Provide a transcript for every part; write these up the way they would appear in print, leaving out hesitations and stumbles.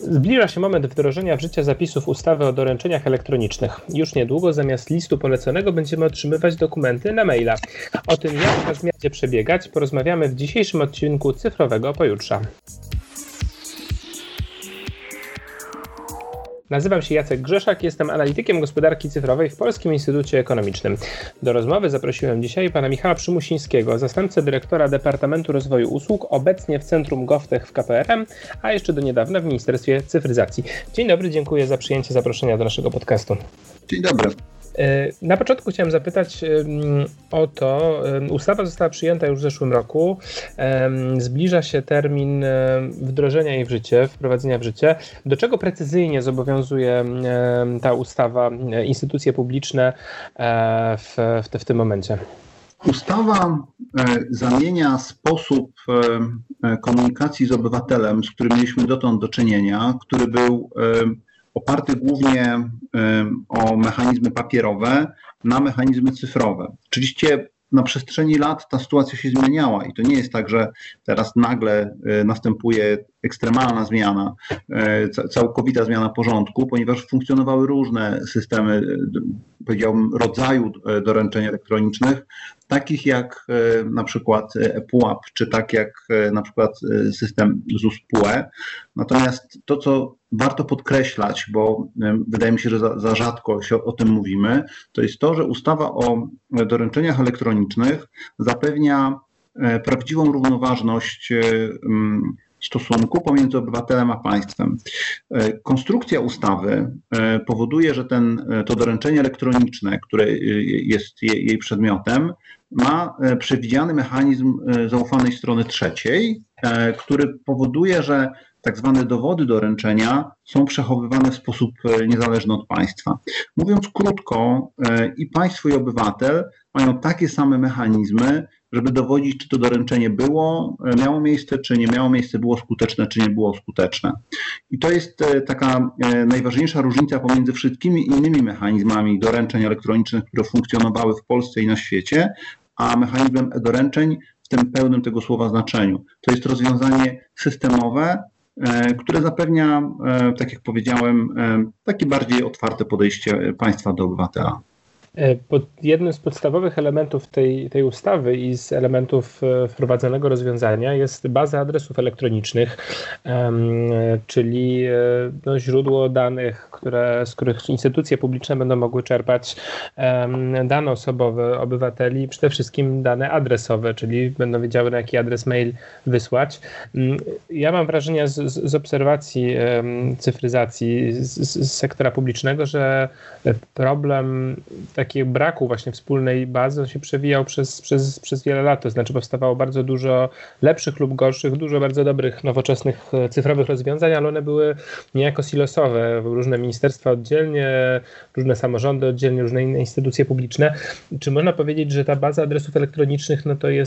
Zbliża się moment wdrożenia w życie zapisów ustawy o doręczeniach elektronicznych. Już niedługo zamiast listu poleconego będziemy otrzymywać dokumenty na maila. O tym, jak ta zmiana będzie przebiegać, porozmawiamy w dzisiejszym odcinku Cyfrowego Pojutrza. Nazywam się Jacek Grzeszak, jestem analitykiem gospodarki cyfrowej w Polskim Instytucie Ekonomicznym. Do rozmowy zaprosiłem dzisiaj pana Michała Przymusińskiego, zastępcę dyrektora Departamentu Rozwoju Usług, obecnie w Centrum GovTech w KPRM, a jeszcze do niedawna w Ministerstwie Cyfryzacji. Dzień dobry, dziękuję za przyjęcie zaproszenia do naszego podcastu. Dzień dobry. Na początku chciałem zapytać o to, ustawa została przyjęta już w zeszłym roku, zbliża się termin wdrożenia jej w życie, wprowadzenia w życie. Do czego precyzyjnie zobowiązuje ta ustawa instytucje publiczne w tym momencie? Ustawa zamienia sposób komunikacji z obywatelem, z którym mieliśmy dotąd do czynienia, który był oparty głównie o mechanizmy papierowe, na mechanizmy cyfrowe. Oczywiście na przestrzeni lat ta sytuacja się zmieniała i to nie jest tak, że teraz nagle następuje ekstremalna zmiana, całkowita zmiana porządku, ponieważ funkcjonowały różne systemy, powiedziałbym, rodzaju doręczeń elektronicznych, takich jak na przykład ePUAP, czy tak jak na przykład system ZUS-PUE. Natomiast to, co warto podkreślać, bo wydaje mi się, że za rzadko się o tym mówimy, to jest to, że ustawa o doręczeniach elektronicznych zapewnia prawdziwą równoważność stosunku pomiędzy obywatelem a państwem. Konstrukcja ustawy powoduje, że to doręczenie elektroniczne, które jest jej przedmiotem, ma przewidziany mechanizm zaufanej strony trzeciej, który powoduje, że tak zwane dowody doręczenia są przechowywane w sposób niezależny od państwa. Mówiąc krótko, i państwo, i obywatel mają takie same mechanizmy, żeby dowodzić, czy to doręczenie miało miejsce, czy nie miało miejsce, było skuteczne, czy nie było skuteczne. I to jest taka najważniejsza różnica pomiędzy wszystkimi innymi mechanizmami doręczeń elektronicznych, które funkcjonowały w Polsce i na świecie, a mechanizmem e-doręczeń w tym pełnym tego słowa znaczeniu. To jest rozwiązanie systemowe, które zapewnia, tak jak powiedziałem, takie bardziej otwarte podejście państwa do obywatela. Jednym z podstawowych elementów tej ustawy i z elementów wprowadzonego rozwiązania jest baza adresów elektronicznych, czyli źródło danych, z których instytucje publiczne będą mogły czerpać dane osobowe obywateli, przede wszystkim dane adresowe, czyli będą wiedziały, na jaki adres mail wysłać. Ja mam wrażenie z obserwacji cyfryzacji z sektora publicznego, że problem takiego braku właśnie wspólnej bazy on się przewijał przez wiele lat, to znaczy powstawało bardzo dużo lepszych lub gorszych, dużo bardzo dobrych, nowoczesnych, cyfrowych rozwiązań, ale one były niejako silosowe, różne ministerstwa oddzielnie, różne samorządy oddzielnie, różne inne instytucje publiczne. Czy można powiedzieć, że ta baza adresów elektronicznych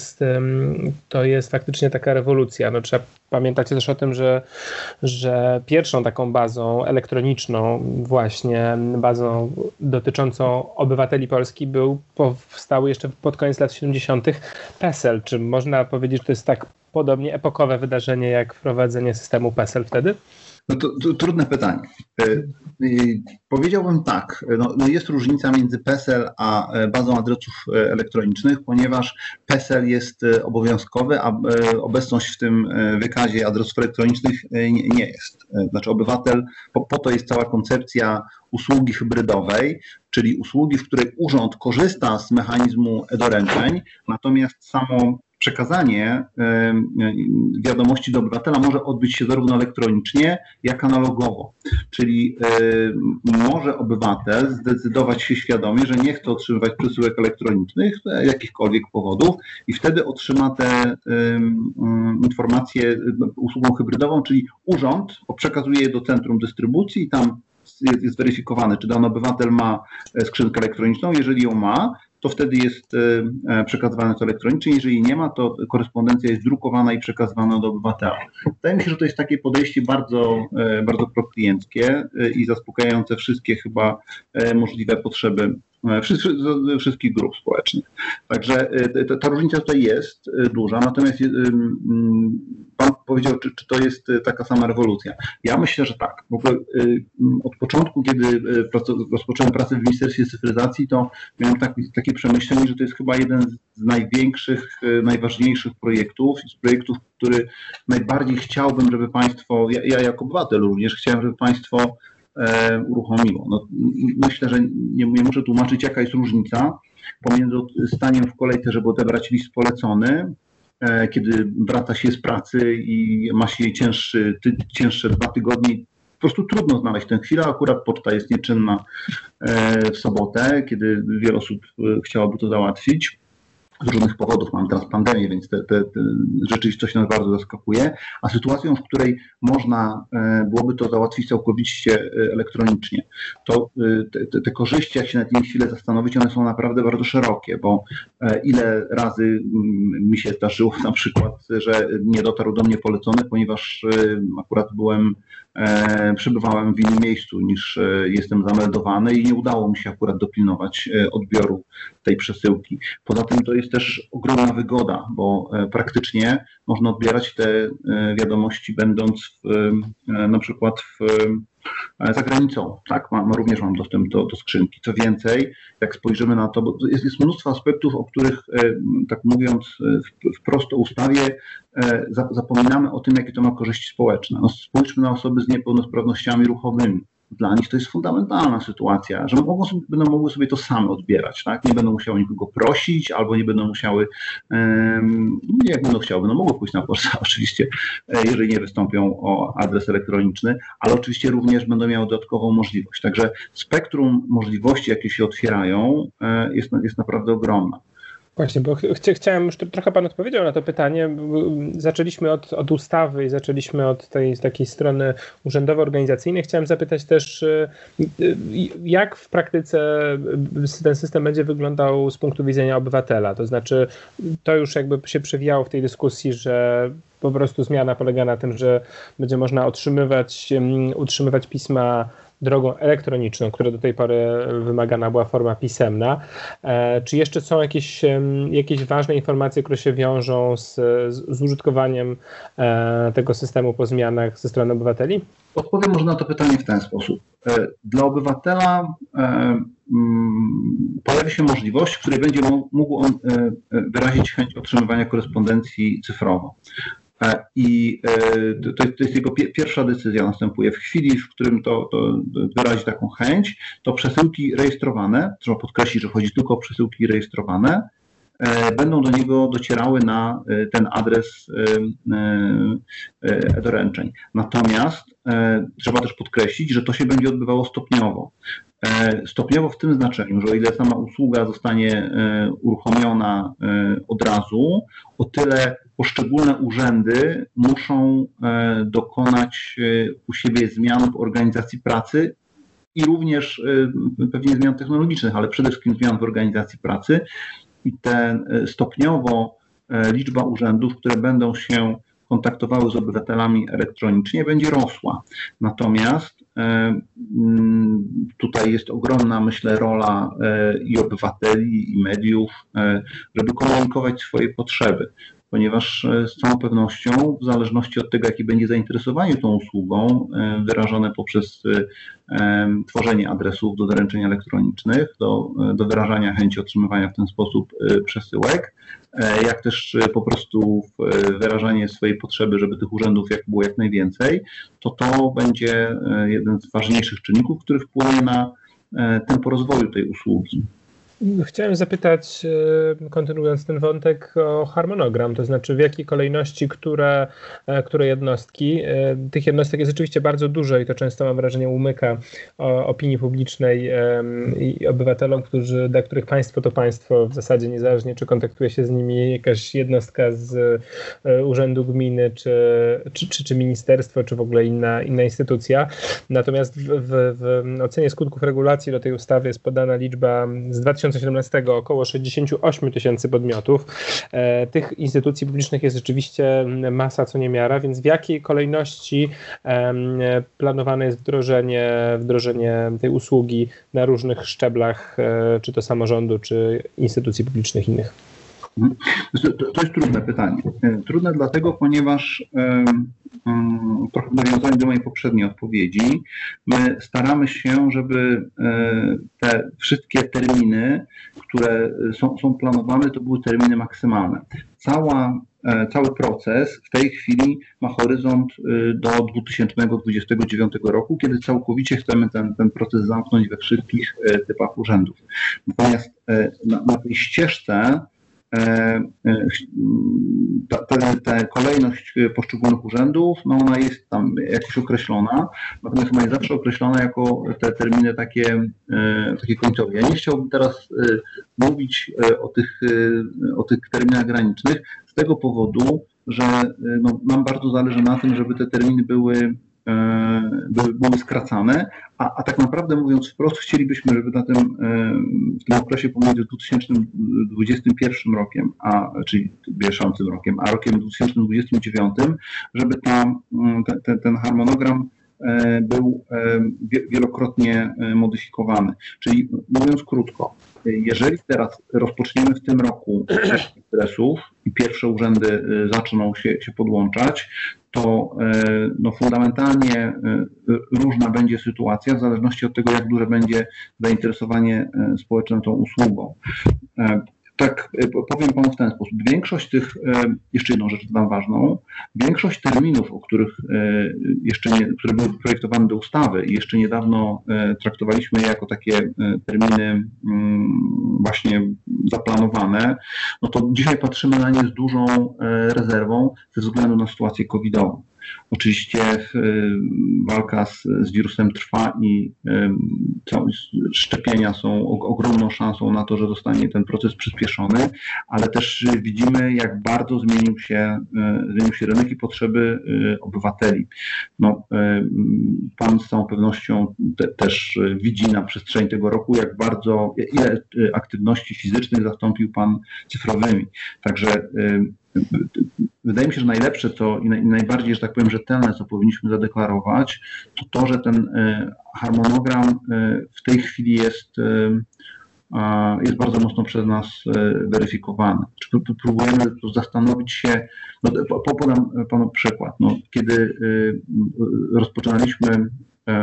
to jest faktycznie taka rewolucja? Trzeba pamiętać też o tym, że pierwszą taką bazą elektroniczną, właśnie bazą dotyczącą obywateli Polski powstały jeszcze pod koniec lat 70. PESEL. Czy można powiedzieć, że to jest tak podobnie epokowe wydarzenie jak wprowadzenie systemu PESEL wtedy? No to trudne pytanie. Powiedziałbym tak, jest różnica między PESEL a bazą adresów elektronicznych, ponieważ PESEL jest obowiązkowy, a obecność w tym wykazie adresów elektronicznych nie jest. Znaczy obywatel, po to jest cała koncepcja usługi hybrydowej, czyli usługi, w której urząd korzysta z mechanizmu e-doręczeń, natomiast samo przekazanie wiadomości do obywatela może odbyć się zarówno elektronicznie, jak analogowo. Czyli może obywatel zdecydować się świadomie, że nie chce otrzymywać przesyłek elektronicznych z jakichkolwiek powodów i wtedy otrzyma te informacje usługą hybrydową, czyli urząd przekazuje je do centrum dystrybucji i tam jest weryfikowane, czy dany obywatel ma skrzynkę elektroniczną. Jeżeli ją ma, to wtedy jest przekazywane to elektronicznie. Jeżeli nie ma, to korespondencja jest drukowana i przekazywana do obywatela. Wydaje mi się, że to jest takie podejście bardzo, bardzo proklienckie i zaspokajające wszystkie chyba możliwe potrzeby wszystkich grup społecznych. Także ta różnica tutaj jest duża, natomiast pan powiedział, czy to jest taka sama rewolucja. Ja myślę, że tak. W ogóle od początku, kiedy rozpocząłem pracę w Ministerstwie Cyfryzacji, to miałem takie przemyślenie, że to jest chyba jeden z największych, najważniejszych projektów, z projektów, który najbardziej chciałbym, żeby państwo, ja jako obywatel również chciałem, żeby państwo uruchomiło. No, myślę, że nie muszę tłumaczyć, jaka jest różnica pomiędzy staniem w kolejce, żeby odebrać list polecony, kiedy wraca się z pracy i ma się cięższe 2 tygodnie. Po prostu trudno znaleźć tę chwilę. Akurat poczta jest nieczynna w sobotę, kiedy wiele osób chciałoby to załatwić. Z różnych powodów, mamy teraz pandemię, więc te rzeczywistość nas bardzo zaskakuje, a sytuacją, w której można byłoby to załatwić całkowicie elektronicznie, to te korzyści, jak się na tym chwilę zastanowić, one są naprawdę bardzo szerokie, bo ile razy mi się zdarzyło na przykład, że nie dotarł do mnie polecony, ponieważ akurat przebywałem w innym miejscu niż jestem zameldowany i nie udało mi się akurat dopilnować odbioru tej przesyłki. Poza tym to jest też ogromna wygoda, bo praktycznie można odbierać te wiadomości będąc na przykład za granicą. Tak, również mam dostęp do skrzynki. Co więcej, jak spojrzymy na to, bo jest mnóstwo aspektów, o których, tak mówiąc wprost o ustawie, zapominamy o tym, jakie to ma korzyści społeczne. No, spójrzmy na osoby z niepełnosprawnościami ruchowymi. Dla nich to jest fundamentalna sytuacja, że będą mogły sobie to same odbierać, tak? Nie będą musiały nikogo prosić, albo nie będą musiały, jak będą chciały, będą mogły pójść na pocztę oczywiście, jeżeli nie wystąpią o adres elektroniczny, ale oczywiście również będą miały dodatkową możliwość. Także spektrum możliwości, jakie się otwierają, jest naprawdę ogromne. Właśnie, bo chciałem, już trochę pan odpowiedział na to pytanie. Zaczęliśmy od ustawy i zaczęliśmy od tej takiej strony urzędowo-organizacyjnej. Chciałem zapytać też, jak w praktyce ten system będzie wyglądał z punktu widzenia obywatela. To znaczy, to już jakby się przewijało w tej dyskusji, że po prostu zmiana polega na tym, że będzie można utrzymywać pisma drogą elektroniczną, która do tej pory wymagana była forma pisemna. Czy jeszcze są jakieś ważne informacje, które się wiążą z użytkowaniem tego systemu po zmianach ze strony obywateli? Odpowiem może na to pytanie w ten sposób. Dla obywatela pojawi się możliwość, w której będzie mógł on wyrazić chęć otrzymywania korespondencji cyfrowo. I to jest jego pierwsza decyzja następuje. W chwili, w którym to wyrazi taką chęć, to przesyłki rejestrowane, trzeba podkreślić, że chodzi tylko o przesyłki rejestrowane, będą do niego docierały na ten adres e-doręczeń. Natomiast trzeba też podkreślić, że to się będzie odbywało stopniowo. Stopniowo w tym znaczeniu, że o ile sama usługa zostanie uruchomiona od razu, o tyle poszczególne urzędy muszą dokonać u siebie zmian w organizacji pracy i również pewnie zmian technologicznych, ale przede wszystkim zmian w organizacji pracy. I stopniowo liczba urzędów, które będą się kontaktowały z obywatelami elektronicznie, będzie rosła. Natomiast tutaj jest ogromna, myślę, rola i obywateli, i mediów, żeby komunikować swoje potrzeby, ponieważ z całą pewnością, w zależności od tego, jakie będzie zainteresowanie tą usługą, wyrażone poprzez tworzenie adresów do doręczeń elektronicznych, do wyrażania chęci otrzymywania w ten sposób przesyłek, jak też po prostu wyrażanie swojej potrzeby, żeby tych urzędów było jak najwięcej, to będzie jeden z ważniejszych czynników, który wpłynie na tempo rozwoju tej usługi. Chciałem zapytać, kontynuując ten wątek, o harmonogram, to znaczy w jakiej kolejności, które jednostki. Tych jednostek jest rzeczywiście bardzo dużo i to często, mam wrażenie, umyka opinii publicznej i obywatelom, dla których państwo to państwo, w zasadzie niezależnie, czy kontaktuje się z nimi jakaś jednostka z urzędu gminy, czy ministerstwo, czy w ogóle inna instytucja. Natomiast w ocenie skutków regulacji do tej ustawy jest podana liczba z 2015 2017 około 68 tysięcy podmiotów. Tych instytucji publicznych jest rzeczywiście masa co niemiara, więc w jakiej kolejności planowane jest wdrożenie tej usługi na różnych szczeblach, czy to samorządu, czy instytucji publicznych innych? To jest trudne pytanie. Trudne dlatego, ponieważ trochę w nawiązaniu do mojej poprzedniej odpowiedzi, my staramy się, żeby te wszystkie terminy, które są planowane, to były terminy maksymalne. Cały proces w tej chwili ma horyzont do 2029 roku, kiedy całkowicie chcemy ten proces zamknąć we wszystkich typach urzędów. Natomiast na tej ścieżce ta kolejność poszczególnych urzędów, no ona jest tam jakoś określona, natomiast ona jest zawsze określona jako te terminy takie końcowe. Ja nie chciałbym teraz mówić o tych terminach granicznych z tego powodu, że nam bardzo zależy na tym, żeby te terminy były skracane, a tak naprawdę mówiąc wprost, chcielibyśmy, żeby w tym okresie pomiędzy 2021 rokiem, czyli bieżącym rokiem, a rokiem 2029, żeby ten harmonogram był wielokrotnie modyfikowany. Czyli mówiąc krótko, jeżeli teraz rozpoczniemy w tym roku stresów i pierwsze urzędy zaczną się podłączać, to fundamentalnie różna będzie sytuacja w zależności od tego, jak duże będzie zainteresowanie społeczne tą usługą. Tak, powiem Panu w ten sposób. Większość tych, jeszcze jedną rzecz dodam ważną, większość terminów, które były projektowane do ustawy i jeszcze niedawno traktowaliśmy je jako takie terminy właśnie zaplanowane, no to dzisiaj patrzymy na nie z dużą rezerwą ze względu na sytuację covidową. Oczywiście walka z wirusem trwa i szczepienia są ogromną szansą na to, że zostanie ten proces przyspieszony, ale też widzimy, jak bardzo zmienił się rynek i potrzeby obywateli. Pan z całą pewnością też widzi na przestrzeni tego roku, ile aktywności fizycznych zastąpił Pan cyfrowymi. Także wydaje mi się, że najlepsze i najbardziej, że tak powiem, rzetelne, co powinniśmy zadeklarować, to, że ten harmonogram w tej chwili jest bardzo mocno przez nas weryfikowany. Próbujemy zastanowić się, podam Panu przykład. Kiedy rozpoczynaliśmy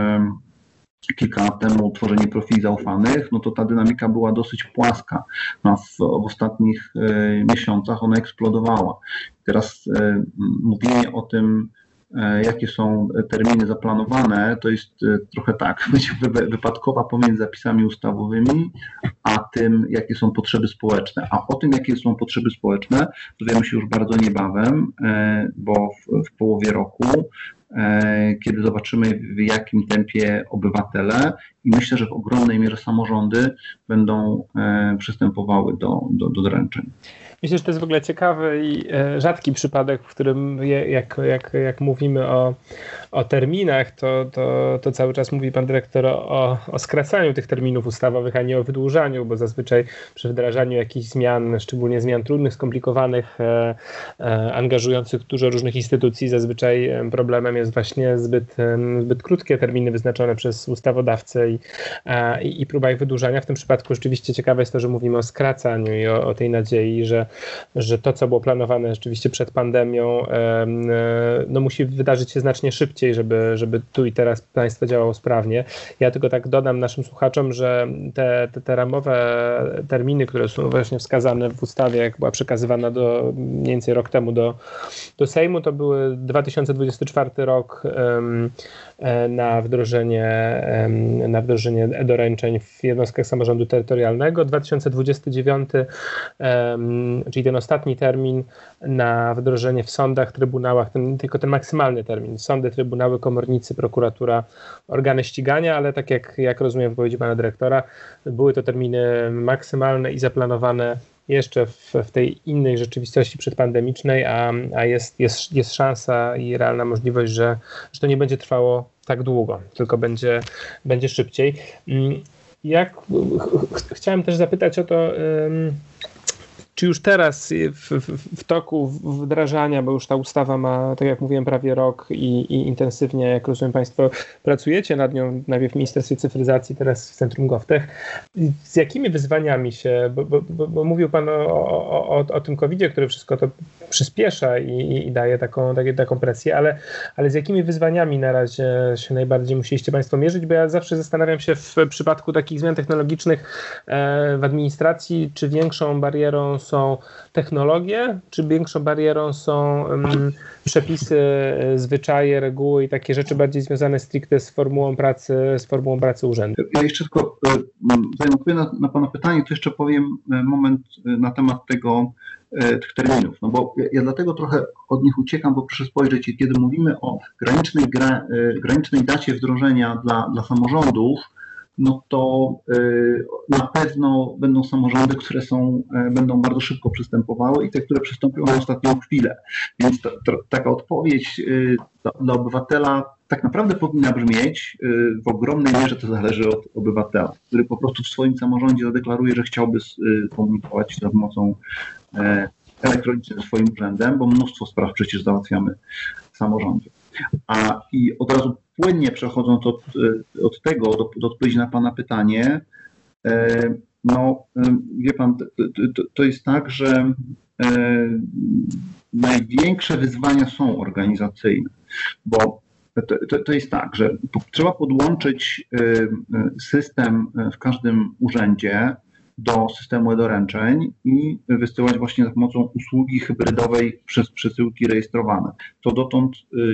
kilka lat temu tworzenie profili zaufanych, to ta dynamika była dosyć płaska. W ostatnich miesiącach ona eksplodowała. Teraz mówienie o tym, jakie są terminy zaplanowane, to jest trochę tak, wypadkowa pomiędzy zapisami ustawowymi, a tym, jakie są potrzeby społeczne. A o tym, jakie są potrzeby społeczne, dowiemy się już bardzo niebawem, bo w połowie roku, kiedy zobaczymy, w jakim tempie obywatele i myślę, że w ogromnej mierze samorządy będą przystępowały do doręczeń. Myślę, że to jest w ogóle ciekawy i rzadki przypadek, w którym jak mówimy o terminach, to cały czas mówi pan dyrektor o skracaniu tych terminów ustawowych, a nie o wydłużaniu, bo zazwyczaj przy wdrażaniu jakichś zmian, szczególnie zmian trudnych, skomplikowanych, angażujących dużo różnych instytucji, zazwyczaj problemem jest właśnie zbyt krótkie terminy wyznaczone przez ustawodawcę i próba ich wydłużania. W tym przypadku rzeczywiście ciekawe jest to, że mówimy o skracaniu i o tej nadziei, że to, co było planowane rzeczywiście przed pandemią, musi wydarzyć się znacznie szybciej, żeby tu i teraz państwo działało sprawnie. Ja tylko tak dodam naszym słuchaczom, że te ramowe terminy, które są właśnie wskazane w ustawie, jak była przekazywana mniej więcej rok temu do Sejmu, to były 2024 rok na wdrożenie doręczeń w jednostkach samorządu terytorialnego, 2029, czyli ten ostatni termin na wdrożenie w sądach, trybunałach, tylko ten maksymalny termin, sądy, trybunały, komornicy, prokuratura, organy ścigania, ale tak jak rozumiem w wypowiedzi pana dyrektora, były to terminy maksymalne i zaplanowane jeszcze w tej innej rzeczywistości przedpandemicznej, a jest szansa i realna możliwość, że to nie będzie trwało tak długo, tylko będzie szybciej. Chciałem też zapytać o to, czy już teraz w toku wdrażania, bo już ta ustawa ma, tak jak mówiłem, prawie rok i intensywnie, jak rozumiem, Państwo pracujecie nad nią, najpierw w Ministerstwie Cyfryzacji, teraz w Centrum GovTech. Z jakimi wyzwaniami się, bo mówił Pan o tym COVID-zie, który wszystko to przyspiesza i daje taką presję, ale z jakimi wyzwaniami na razie się najbardziej musieliście Państwo mierzyć? Bo ja zawsze zastanawiam się w przypadku takich zmian technologicznych w administracji, czy większą barierą są technologie, czy większą barierą są przepisy, zwyczaje, reguły i takie rzeczy bardziej związane stricte z formułą pracy urzędu? Ja jeszcze tylko, zanim odpowiem na Pana pytanie, to jeszcze powiem moment na temat tych terminów, no bo ja dlatego trochę od nich uciekam, bo proszę spojrzeć, kiedy mówimy o granicznej dacie wdrożenia dla samorządów, no to na pewno będą samorządy, które będą bardzo szybko przystępowały i te, które przystąpią na ostatnią chwilę. Więc taka odpowiedź dla obywatela tak naprawdę powinna brzmieć w ogromnej mierze, to zależy od obywatela, który po prostu w swoim samorządzie zadeklaruje, że chciałby komunikować się za pomocą elektroniczną ze swoim urzędem, bo mnóstwo spraw przecież załatwiamy w samorządzie. I od razu płynnie przechodząc od tego do odpowiedzi na Pana pytanie, no wie Pan, to jest tak, że największe wyzwania są organizacyjne, bo to jest tak, że trzeba podłączyć system w każdym urzędzie do systemu e-doręczeń i wysyłać właśnie za pomocą usługi hybrydowej przez przesyłki rejestrowane. To dotąd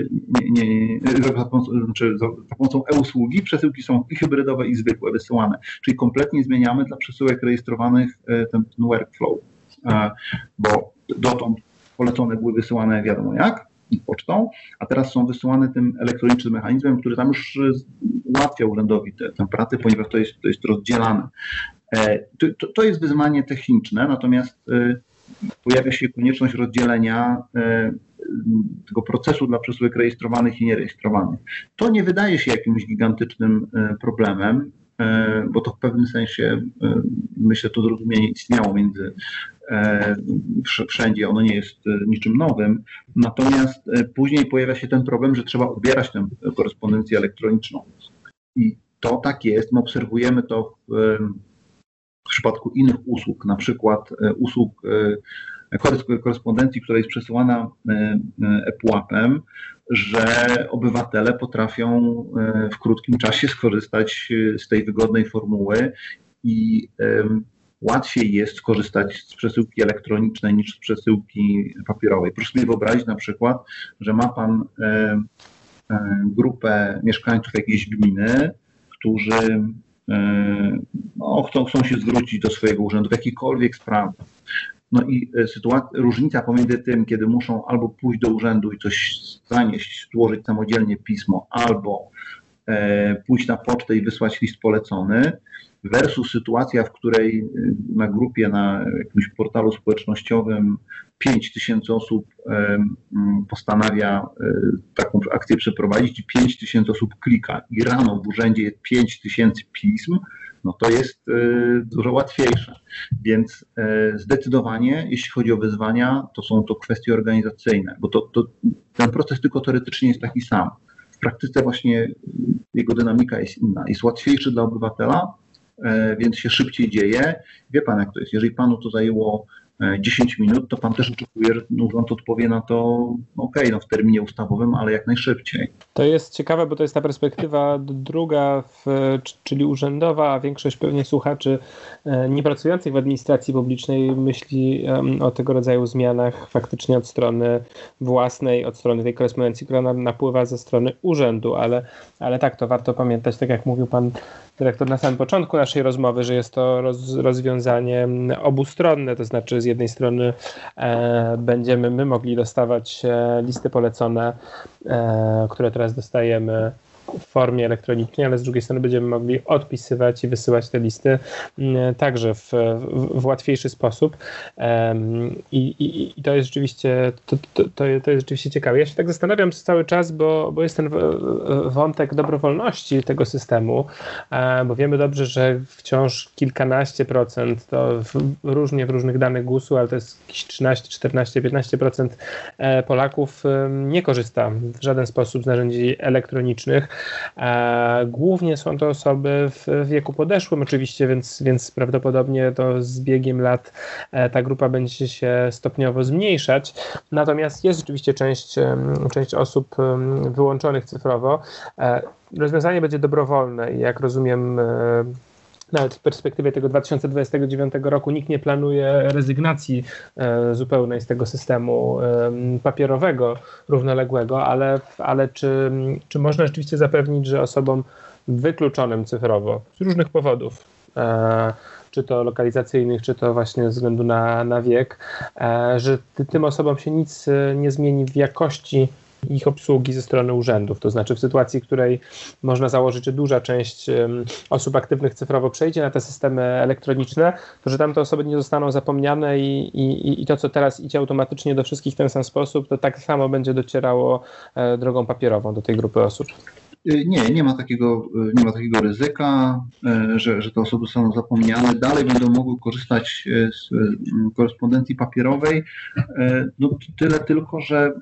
za pomocą e-usługi przesyłki są i hybrydowe, i zwykłe wysyłane, czyli kompletnie zmieniamy dla przesyłek rejestrowanych ten workflow, bo dotąd polecone były wysyłane wiadomo jak, pocztą, a teraz są wysyłane tym elektronicznym mechanizmem, który tam już ułatwia urzędowi tę pracę, ponieważ to jest rozdzielane. To jest wyzwanie techniczne, natomiast pojawia się konieczność rozdzielenia tego procesu dla przesyłek rejestrowanych i nierejestrowanych. To nie wydaje się jakimś gigantycznym problemem, bo to w pewnym sensie, myślę, to zrozumienie istniało wszędzie, ono nie jest niczym nowym, natomiast później pojawia się ten problem, że trzeba odbierać tę korespondencję elektroniczną. I to tak jest, my obserwujemy to w przypadku innych usług, na przykład usług korespondencji, która jest przesyłana ePUAP-em, że obywatele potrafią w krótkim czasie skorzystać z tej wygodnej formuły i łatwiej jest skorzystać z przesyłki elektronicznej niż z przesyłki papierowej. Proszę sobie wyobrazić na przykład, że ma Pan grupę mieszkańców jakiejś gminy, którzy chcą się zwrócić do swojego urzędu w jakiejkolwiek sprawie. No i różnica pomiędzy tym, kiedy muszą albo pójść do urzędu i coś zanieść, złożyć samodzielnie pismo, albo pójść na pocztę i wysłać list polecony, versus sytuacja, w której na grupie, na jakimś portalu społecznościowym 5000 osób postanawia taką akcję przeprowadzić i 5000 osób klika i rano w urzędzie jest 5000 pism, no to jest dużo łatwiejsze. Więc zdecydowanie, jeśli chodzi o wyzwania, to są to kwestie organizacyjne, bo ten proces tylko teoretycznie jest taki sam. W praktyce właśnie jego dynamika jest inna. Jest łatwiejszy dla obywatela, więc się szybciej dzieje. Wie Pan, jak to jest. Jeżeli Panu to zajęło 10 minut, to Pan też oczekuje, że urząd odpowie na to w terminie ustawowym, ale jak najszybciej. To jest ciekawe, bo to jest ta perspektywa druga, czyli urzędowa, a większość pewnie słuchaczy niepracujących w administracji publicznej myśli o tego rodzaju zmianach faktycznie od strony własnej, od strony tej korespondencji, która nam napływa ze strony urzędu, ale tak, to warto pamiętać, tak jak mówił Pan dyrektor na samym początku naszej rozmowy, że jest to rozwiązanie obustronne, to znaczy z jednej strony będziemy my mogli dostawać listy polecone, które teraz dostajemy w formie elektronicznej, ale z drugiej strony będziemy mogli odpisywać i wysyłać te listy także w łatwiejszy sposób. I to jest rzeczywiście to jest rzeczywiście ciekawe. Ja się tak zastanawiam cały czas, bo jest ten wątek dobrowolności tego systemu, bo wiemy dobrze, że wciąż kilkanaście procent, to różnie w różnych danych GUS-u, ale to jest jakieś 13, 14, 15% Polaków nie korzysta w żaden sposób z narzędzi elektronicznych. Głównie są to osoby w wieku podeszłym oczywiście, więc prawdopodobnie to z biegiem lat ta grupa będzie się stopniowo zmniejszać. Natomiast jest rzeczywiście część osób wyłączonych cyfrowo. Rozwiązanie będzie dobrowolne i jak rozumiem, nawet w perspektywie tego 2029 roku nikt nie planuje rezygnacji zupełnej z tego systemu papierowego, równoległego, ale czy można rzeczywiście zapewnić, że osobom wykluczonym cyfrowo z różnych powodów, czy to lokalizacyjnych, czy to właśnie ze względu na wiek, że tym osobom się nic nie zmieni w jakości ich obsługi ze strony urzędów, to znaczy w sytuacji, w której można założyć, że duża część osób aktywnych cyfrowo przejdzie na te systemy elektroniczne, to że tamte osoby nie zostaną zapomniane i to, co teraz idzie automatycznie do wszystkich w ten sam sposób, to tak samo będzie docierało drogą papierową do tej grupy osób. Nie ma takiego ryzyka, że te osoby są zapomniane. Dalej będą mogły korzystać z korespondencji papierowej. No tyle tylko, że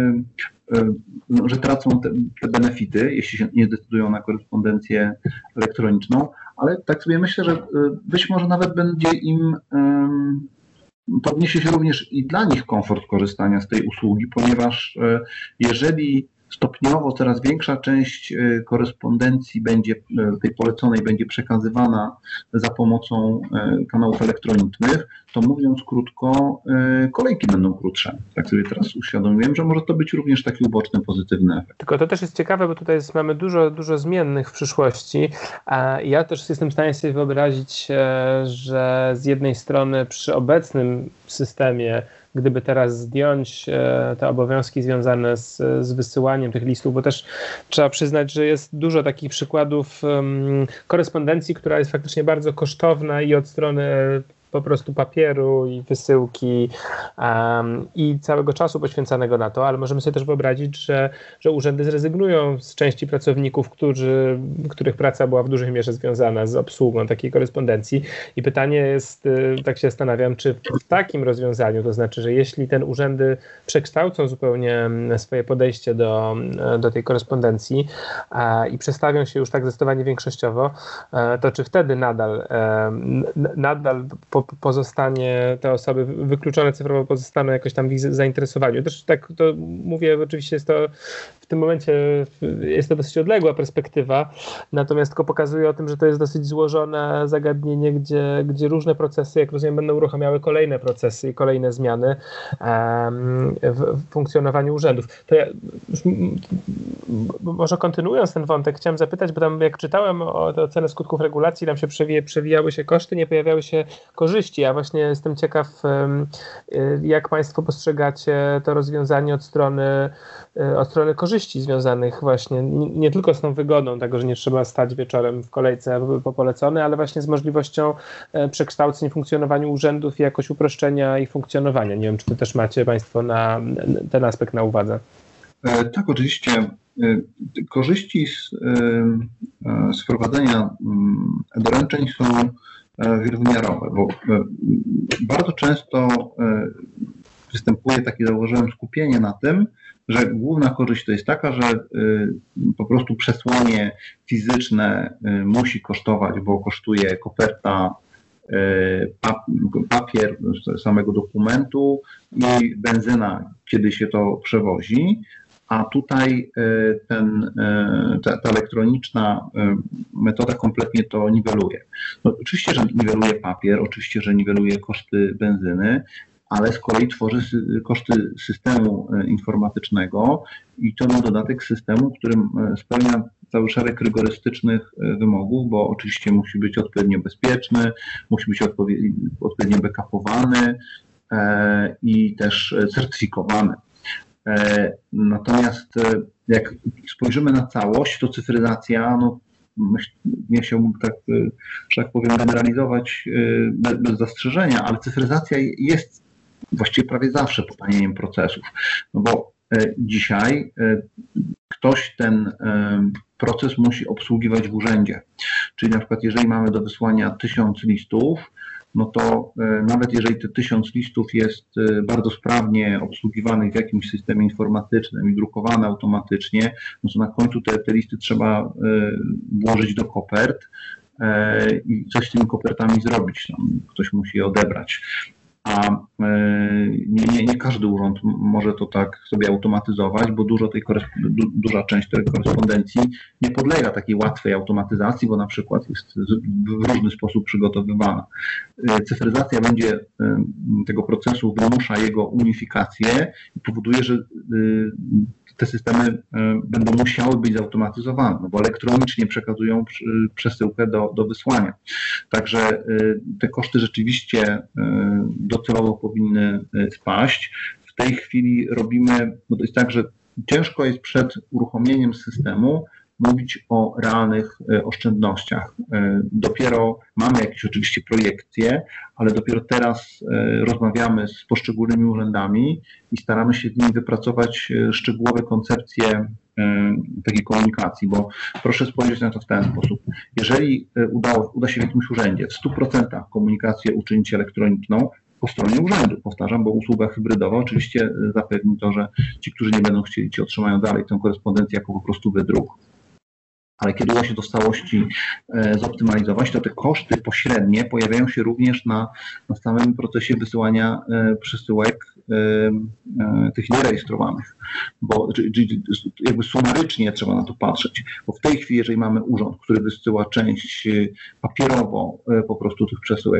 tracą te benefity, jeśli się nie decydują na korespondencję elektroniczną, ale tak sobie myślę, że być może nawet będzie im podniesie się również i dla nich komfort korzystania z tej usługi, ponieważ jeżeli stopniowo coraz większa część korespondencji tej poleconej będzie przekazywana za pomocą kanałów elektronicznych, to mówiąc krótko, kolejki będą krótsze. Tak sobie teraz uświadomiłem, że może to być również taki uboczny, pozytywny efekt. Tylko to też jest ciekawe, bo tutaj mamy dużo zmiennych w przyszłości. Ja też jestem w stanie sobie wyobrazić, że z jednej strony przy obecnym systemie, gdyby teraz zdjąć te obowiązki związane z wysyłaniem tych listów, bo też trzeba przyznać, że jest dużo takich przykładów korespondencji, która jest faktycznie bardzo kosztowna i od strony po prostu papieru i wysyłki i całego czasu poświęcanego na to, ale możemy sobie też wyobrazić, że urzędy zrezygnują z części pracowników, których praca była w dużej mierze związana z obsługą takiej korespondencji. I pytanie jest, tak się zastanawiam, czy w takim rozwiązaniu, to znaczy, że jeśli ten urzędy przekształcą zupełnie swoje podejście do tej korespondencji i przestawią się już tak zdecydowanie większościowo, to czy wtedy nadal pozostanie te osoby wykluczone cyfrowo pozostaną jakoś tam w ich zainteresowaniu. Też tak to mówię, oczywiście jest to w tym momencie jest to dosyć odległa perspektywa, natomiast tylko pokazuje o tym, że to jest dosyć złożone zagadnienie, gdzie różne procesy, jak rozumiem, będą uruchamiały kolejne procesy i kolejne zmiany w funkcjonowaniu urzędów. To ja może kontynuując ten wątek, chciałem zapytać, bo tam jak czytałem o ocenę skutków regulacji, tam się przewijały się koszty, nie pojawiały się korzyści. Ja właśnie jestem ciekaw, jak Państwo postrzegacie to rozwiązanie od strony korzyści związanych właśnie nie tylko z tą wygodą tego, że nie trzeba stać wieczorem w kolejce po polecony, ale właśnie z możliwością przekształceń w funkcjonowaniu urzędów i jakoś uproszczenia ich funkcjonowania. Nie wiem, czy to też macie Państwo ten aspekt na uwadze. Tak, oczywiście. Korzyści z wprowadzenia doręczeń są wielowymiarowe, bo bardzo często występuje takie, zauważyłem, skupienie na tym, że główna korzyść to jest taka, że po prostu przesłanie fizyczne musi kosztować, bo kosztuje koperta, papier samego dokumentu i benzyna, kiedy się to przewozi, a tutaj ta elektroniczna metoda kompletnie to niweluje. No, oczywiście, że niweluje papier, oczywiście, że niweluje koszty benzyny, ale z kolei tworzy koszty systemu informatycznego i to na dodatek systemu, którym spełnia cały szereg rygorystycznych wymogów, bo oczywiście musi być odpowiednio bezpieczny, musi być odpowiednio backupowany i też certyfikowany. Natomiast jak spojrzymy na całość, to cyfryzacja, nie chciałbym tak, że tak powiem, generalizować bez zastrzeżenia, ale cyfryzacja jest właściwie prawie zawsze potanieniem procesów. No bo dzisiaj ktoś ten proces musi obsługiwać w urzędzie. Czyli na przykład jeżeli mamy do wysłania 1000 listów, no to nawet jeżeli te 1000 listów jest bardzo sprawnie obsługiwanych w jakimś systemie informatycznym i drukowane automatycznie, no to na końcu te listy trzeba włożyć do kopert i coś z tymi kopertami zrobić. Ktoś musi je odebrać. A nie każdy urząd może to tak sobie automatyzować, bo duża część tej korespondencji nie podlega takiej łatwej automatyzacji, bo na przykład jest w różny sposób przygotowywana. Cyfryzacja będzie tego procesu, wymusza jego unifikację i powoduje, że te systemy będą musiały być zautomatyzowane, bo elektronicznie przekazują przesyłkę do wysłania. Także te koszty rzeczywiście docelowo powinny spaść. W tej chwili robimy, bo to jest tak, że ciężko jest przed uruchomieniem systemu mówić o realnych oszczędnościach. Dopiero mamy jakieś oczywiście projekcje, ale dopiero teraz rozmawiamy z poszczególnymi urzędami i staramy się z nimi wypracować szczegółowe koncepcje takiej komunikacji, bo proszę spojrzeć na to w ten sposób. Jeżeli uda się w jakimś urzędzie w 100% komunikację uczynić elektroniczną, po stronie urzędu, powtarzam, bo usługa hybrydowa oczywiście zapewni to, że ci, którzy nie będą chcieli, ci otrzymają dalej tę korespondencję jako po prostu wydruk. Ale kiedy uda się to w całości zoptymalizować, to te koszty pośrednie pojawiają się również na samym procesie wysyłania przesyłek tych nierejestrowanych, bo jakby sumarycznie trzeba na to patrzeć, bo w tej chwili, jeżeli mamy urząd, który wysyła część papierowo po prostu tych przesyłek,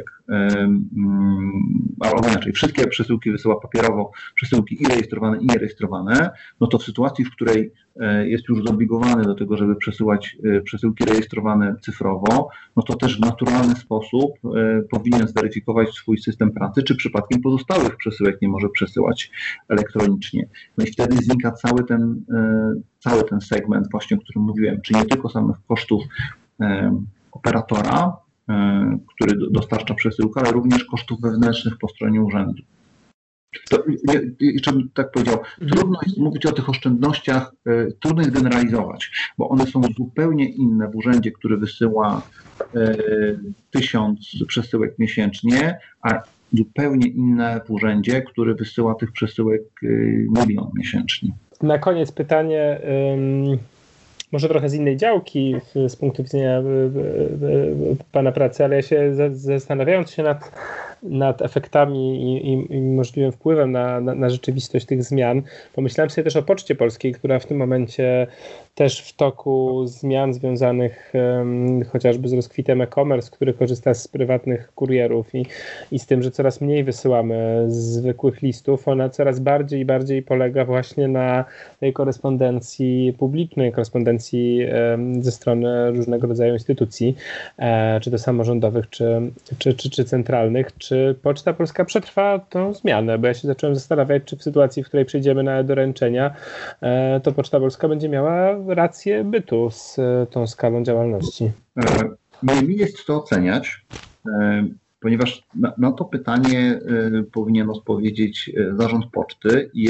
albo inaczej, wszystkie przesyłki wysyła papierowo, przesyłki i rejestrowane, i nierejestrowane, no to w sytuacji, w której jest już zobligowany do tego, żeby przesyłać przesyłki rejestrowane cyfrowo, no to też w naturalny sposób powinien zweryfikować swój system pracy, czy przypadkiem pozostałych przesyłek nie może przesyłać elektronicznie. No i wtedy znika cały ten segment właśnie, o którym mówiłem, czyli nie tylko samych kosztów operatora, który dostarcza przesyłkę, ale również kosztów wewnętrznych po stronie urzędu. To, jeszcze bym tak powiedział, trudno jest mówić o tych oszczędnościach, trudno jest generalizować, bo one są zupełnie inne w urzędzie, który wysyła 1000 przesyłek miesięcznie, a zupełnie inne w urzędzie, który wysyła tych przesyłek 1 000 000 miesięcznie. Na koniec pytanie, może trochę z innej działki z punktu widzenia pana pracy, ale ja się zastanawiając się nad efektami i możliwym wpływem na rzeczywistość tych zmian, pomyślałem sobie też o Poczcie Polskiej, która w tym momencie też w toku zmian związanych chociażby z rozkwitem e-commerce, który korzysta z prywatnych kurierów i z tym, że coraz mniej wysyłamy zwykłych listów, ona coraz bardziej i bardziej polega właśnie na tej korespondencji publicznej, korespondencji ze strony różnego rodzaju instytucji, czy to samorządowych, czy centralnych. Czy Poczta Polska przetrwa tą zmianę? Bo ja się zacząłem zastanawiać, czy w sytuacji, w której przejdziemy na doręczenia, to Poczta Polska będzie miała rację bytu z tą skalą działalności. Mi jest to oceniać, ponieważ na to pytanie powinien odpowiedzieć zarząd poczty i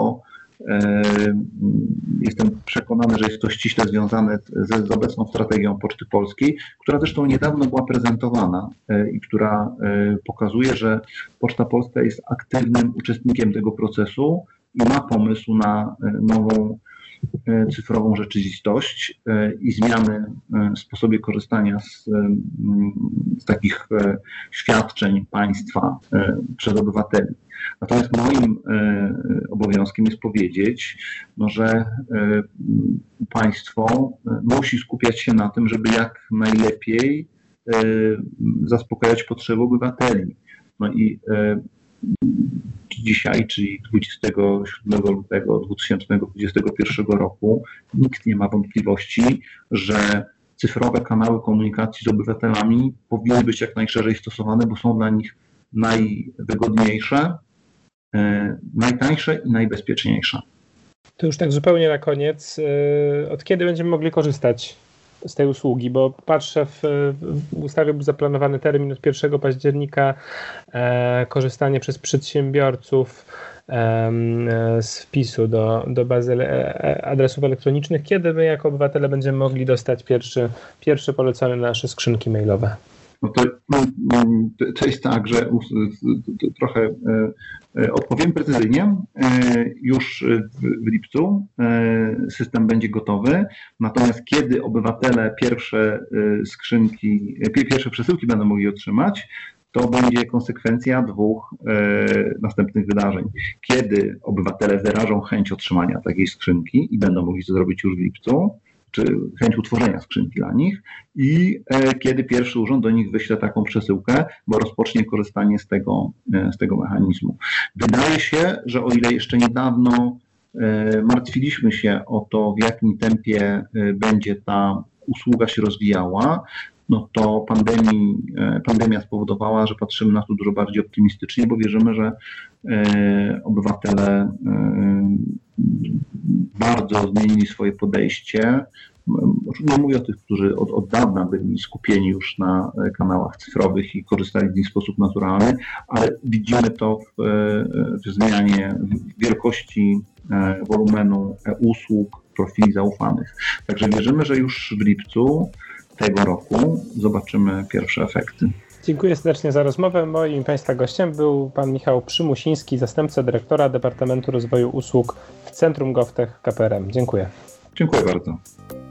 jestem przekonany, że jest to ściśle związane z obecną strategią Poczty Polskiej, która zresztą niedawno była prezentowana i która pokazuje, że Poczta Polska jest aktywnym uczestnikiem tego procesu i ma pomysł na nową cyfrową rzeczywistość i zmiany w sposobie korzystania z takich świadczeń państwa przez obywateli. Natomiast moim obowiązkiem jest powiedzieć, że państwo musi skupiać się na tym, żeby jak najlepiej zaspokajać potrzeby obywateli. No i dzisiaj, czyli 27 lutego 2021 roku, nikt nie ma wątpliwości, że cyfrowe kanały komunikacji z obywatelami powinny być jak najszerzej stosowane, bo są dla nich najwygodniejsze, najtańsze i najbezpieczniejsze. To już tak zupełnie na koniec, od kiedy będziemy mogli korzystać z tej usługi, bo patrzę w ustawie był zaplanowany termin od 1 października, korzystanie przez przedsiębiorców z wpisu do bazy adresów elektronicznych. Kiedy my jako obywatele będziemy mogli dostać pierwsze polecone nasze skrzynki mailowe? No to jest tak, że trochę odpowiem precyzyjnie. Już w lipcu system będzie gotowy, natomiast kiedy obywatele pierwsze przesyłki będą mogli otrzymać, to będzie konsekwencja 2 następnych wydarzeń. Kiedy obywatele wyrażą chęć otrzymania takiej skrzynki i będą mogli to zrobić już w lipcu, czy chęć utworzenia skrzynki dla nich i kiedy pierwszy urząd do nich wyśle taką przesyłkę, bo rozpocznie korzystanie z tego mechanizmu. Wydaje się, że o ile jeszcze niedawno martwiliśmy się o to, w jakim tempie będzie ta usługa się rozwijała, no to pandemia spowodowała, że patrzymy na to dużo bardziej optymistycznie, bo wierzymy, że obywatele bardzo zmienili swoje podejście. No mówię o tych, którzy od dawna byli skupieni już na kanałach cyfrowych i korzystali z nich w sposób naturalny, ale widzimy to w zmianie wielkości wolumenu usług, profili zaufanych. Także wierzymy, że już w lipcu tego roku zobaczymy pierwsze efekty. Dziękuję serdecznie za rozmowę. Moim i Państwa gościem był pan Michał Przymusiński, zastępca dyrektora Departamentu Rozwoju Usług w Centrum GovTech KPRM. Dziękuję. Dziękuję bardzo.